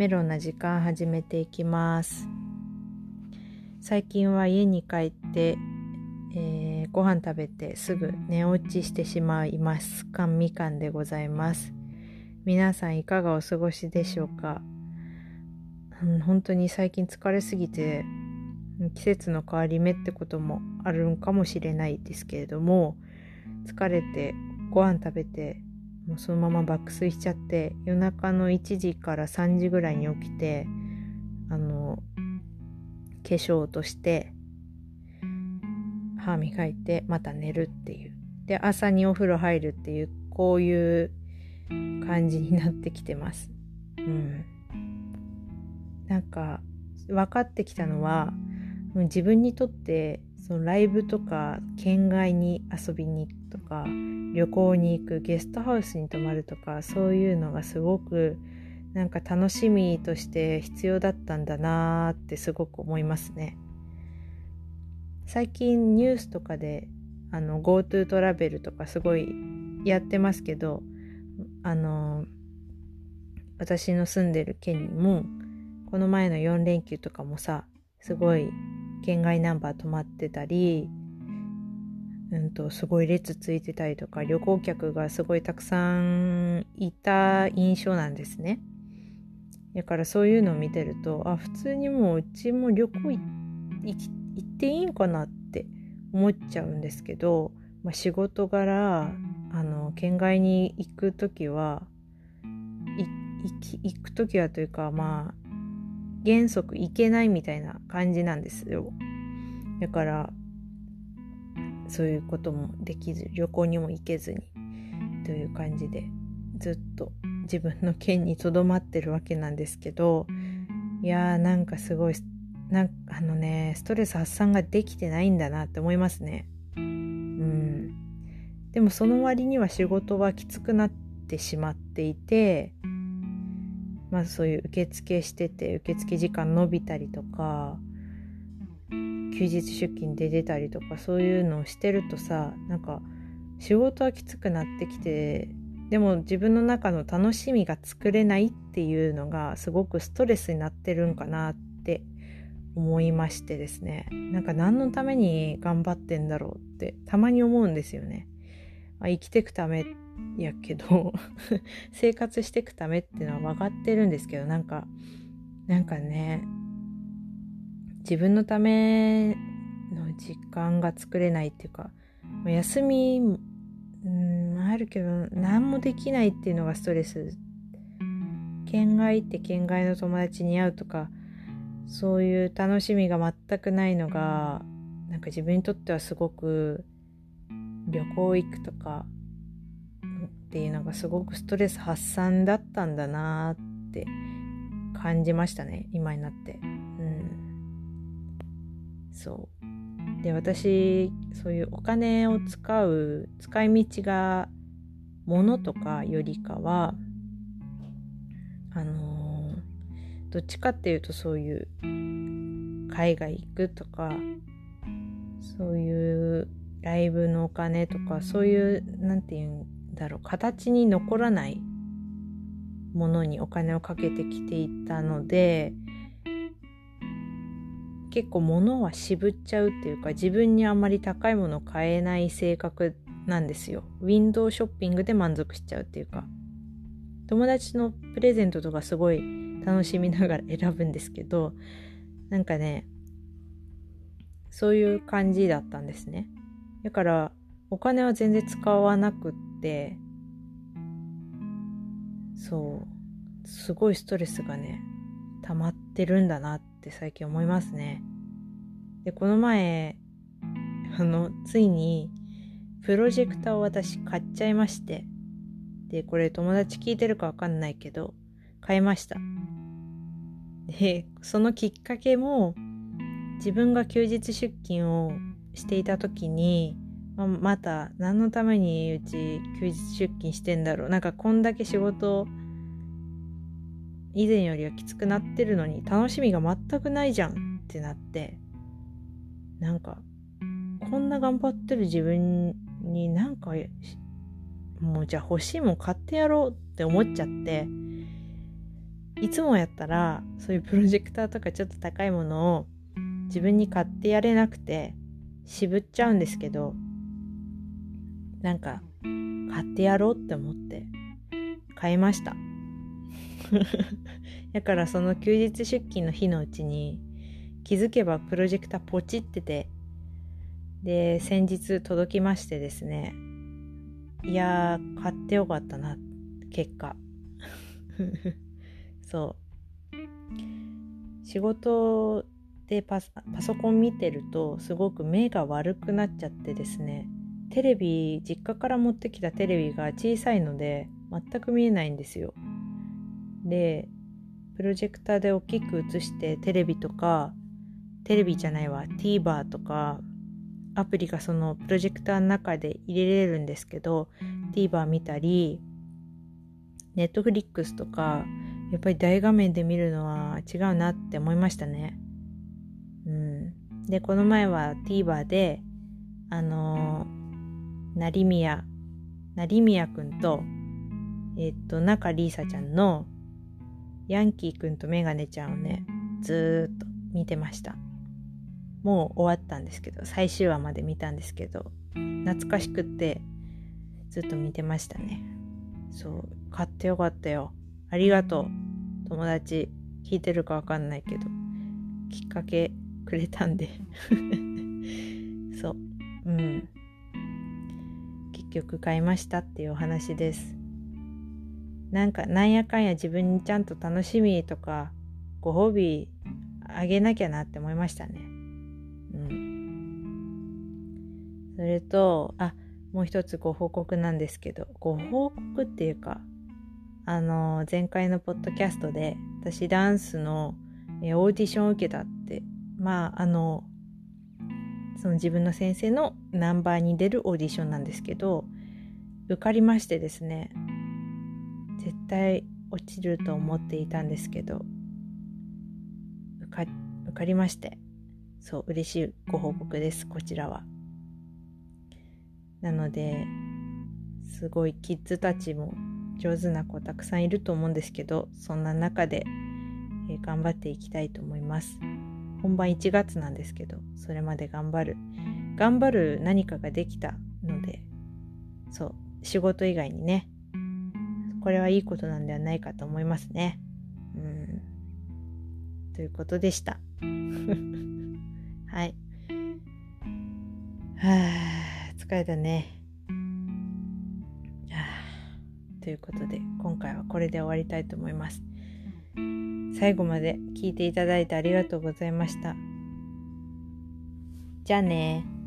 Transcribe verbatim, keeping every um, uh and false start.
メロンな時間始めていきます。最近は家に帰って、えー、ご飯食べてすぐ寝落ちしてしまいます。かんみかんでございます。皆さんいかがお過ごしでしょうか。うん、本当に最近疲れすぎて季節の変わり目ってこともあるんかもしれないですけれども、疲れてご飯食べてもうそのまま爆睡しちゃって、夜中のいちじからさんじぐらいに起きて、あの化粧落として歯磨いてまた寝るっていう、で朝にお風呂入るっていう、こういう感じになってきてます。うんなんか分かってきたのは、自分にとってそのライブとか県外に遊びに行くとか旅行に行く、ゲストハウスに泊まるとか、そういうのがすごくなんか楽しみとして必要だったんだなーってすごく思いますね。最近ニュースとかであの GoTo トラベルとかすごいやってますけど、あの私の住んでる県にもこの前のよん連休とかもさ、すごい県外ナンバー止まってたり、うんとすごい列ついてたりとか、旅行客がすごいたくさんいた印象なんですね。だからそういうのを見てると、あ、普通にもううちも旅行行っていいんかなって思っちゃうんですけど、まあ、仕事柄あの県外に行くときはい行くときはというか、まあ原則行けないみたいな感じなんですよ。だからそういうこともできず、旅行にも行けずにという感じでずっと自分の県にとどまってるわけなんですけど、いやーなんかすごいなんかあのねストレス発散ができてないんだなって思いますね。うんでもその割には仕事はきつくなってしまっていて、まあそういう受付してて受付時間伸びたりとか、休日出勤で出たりとか、そういうのをしてるとさ、なんか仕事はきつくなってきて、でも自分の中の楽しみが作れないっていうのがすごくストレスになってるんかなって思いましてですね。なんか何のために頑張ってんだろうってたまに思うんですよね。まあ、生きていくためやけど生活していくためっていうのは分かってるんですけど、なんかなんかね自分のための時間が作れないっていうか、休みうんあるけど何もできないっていうのがストレス。県外って県外の友達に会うとか、そういう楽しみが全くないのが、なんか自分にとってはすごく旅行行くとかっていうのがすごくストレス発散だったんだなって感じましたね、今になって。うんそうで、私そういうお金を使う使い道が物とかよりかは、あのー、どっちかっていうとそういう海外行くとか、そういうライブのお金とか、そういうなんていうんだろう、形に残らないものにお金をかけてきていたので、結構物は渋っちゃうっていうか、自分にあんまり高いものを買えない性格なんですよ。ウィンドウショッピングで満足しちゃうっていうか、友達のプレゼントとかすごい楽しみながら選ぶんですけど、なんかねそういう感じだったんですね。だからお金は全然使わなくって、そうすごいストレスがね溜まってるんだなって最近思いますね。でこの前あのついにプロジェクターを私買っちゃいまして、でこれ友達聞いてるかわかんないけど買いました。でそのきっかけも、自分が休日出勤をしていた時に、ま, また何のためにうち休日出勤してんだろう、なんかこんだけ仕事以前よりはきつくなってるのに楽しみが全くないじゃんってなって、なんかこんな頑張ってる自分になんかもうじゃあ欲しいもん買ってやろうって思っちゃって、 いつもやったらそういうプロジェクターとかちょっと高いものを自分に買ってやれなくて渋っちゃうんですけど、なんか買ってやろうって思って買いましただからその休日出勤の日のうちに気づけばプロジェクターポチってて、で先日届きましてですね、いやー買ってよかったな結果そう仕事で パ, パソコン見てるとすごく目が悪くなっちゃってですね、テレビ実家から持ってきたテレビが小さいので全く見えないんですよ。でプロジェクターで大きく映してテレビとかテレビじゃないわ TVer とかアプリがそのプロジェクターの中で入れれるんですけど、 TVer 見たり Netflix とかやっぱり大画面で見るのは違うなって思いましたね。うん、でこの前は TVer であのー、成宮成宮くんとえっと中里依紗ちゃんのヤンキーくんとメガネちゃんをねずーっと見てました。もう終わったんですけど、最終話まで見たんですけど、懐かしくってずっと見てましたね。そう買ってよかったよ、ありがとう友達、聞いてるかわかんないけどきっかけくれたんでそううん結局買いましたっていうお話です。なんかなんやかんや自分にちゃんと楽しみとかご褒美あげなきゃなって思いましたね。うん。それとあもう一つご報告なんですけど、ご報告っていうかあの前回のポッドキャストで私ダンスのえオーディションを受けたって、まああのその自分の先生のナンバーに出るオーディションなんですけど、受かりましてですね、絶対落ちると思っていたんですけど受か、受かりまして、そう嬉しいご報告です。こちらはなのですごいキッズたちも上手な子たくさんいると思うんですけど、そんな中で、えー、頑張っていきたいと思います。本番いちがつなんですけど、それまで頑張る頑張る何かができたので、そう仕事以外にねこれはいいことなんではないかと思いますね。うんということでしたはいはあ疲れたね。はあということで今回はこれで終わりたいと思います。最後まで聞いていただいてありがとうございました。じゃあね。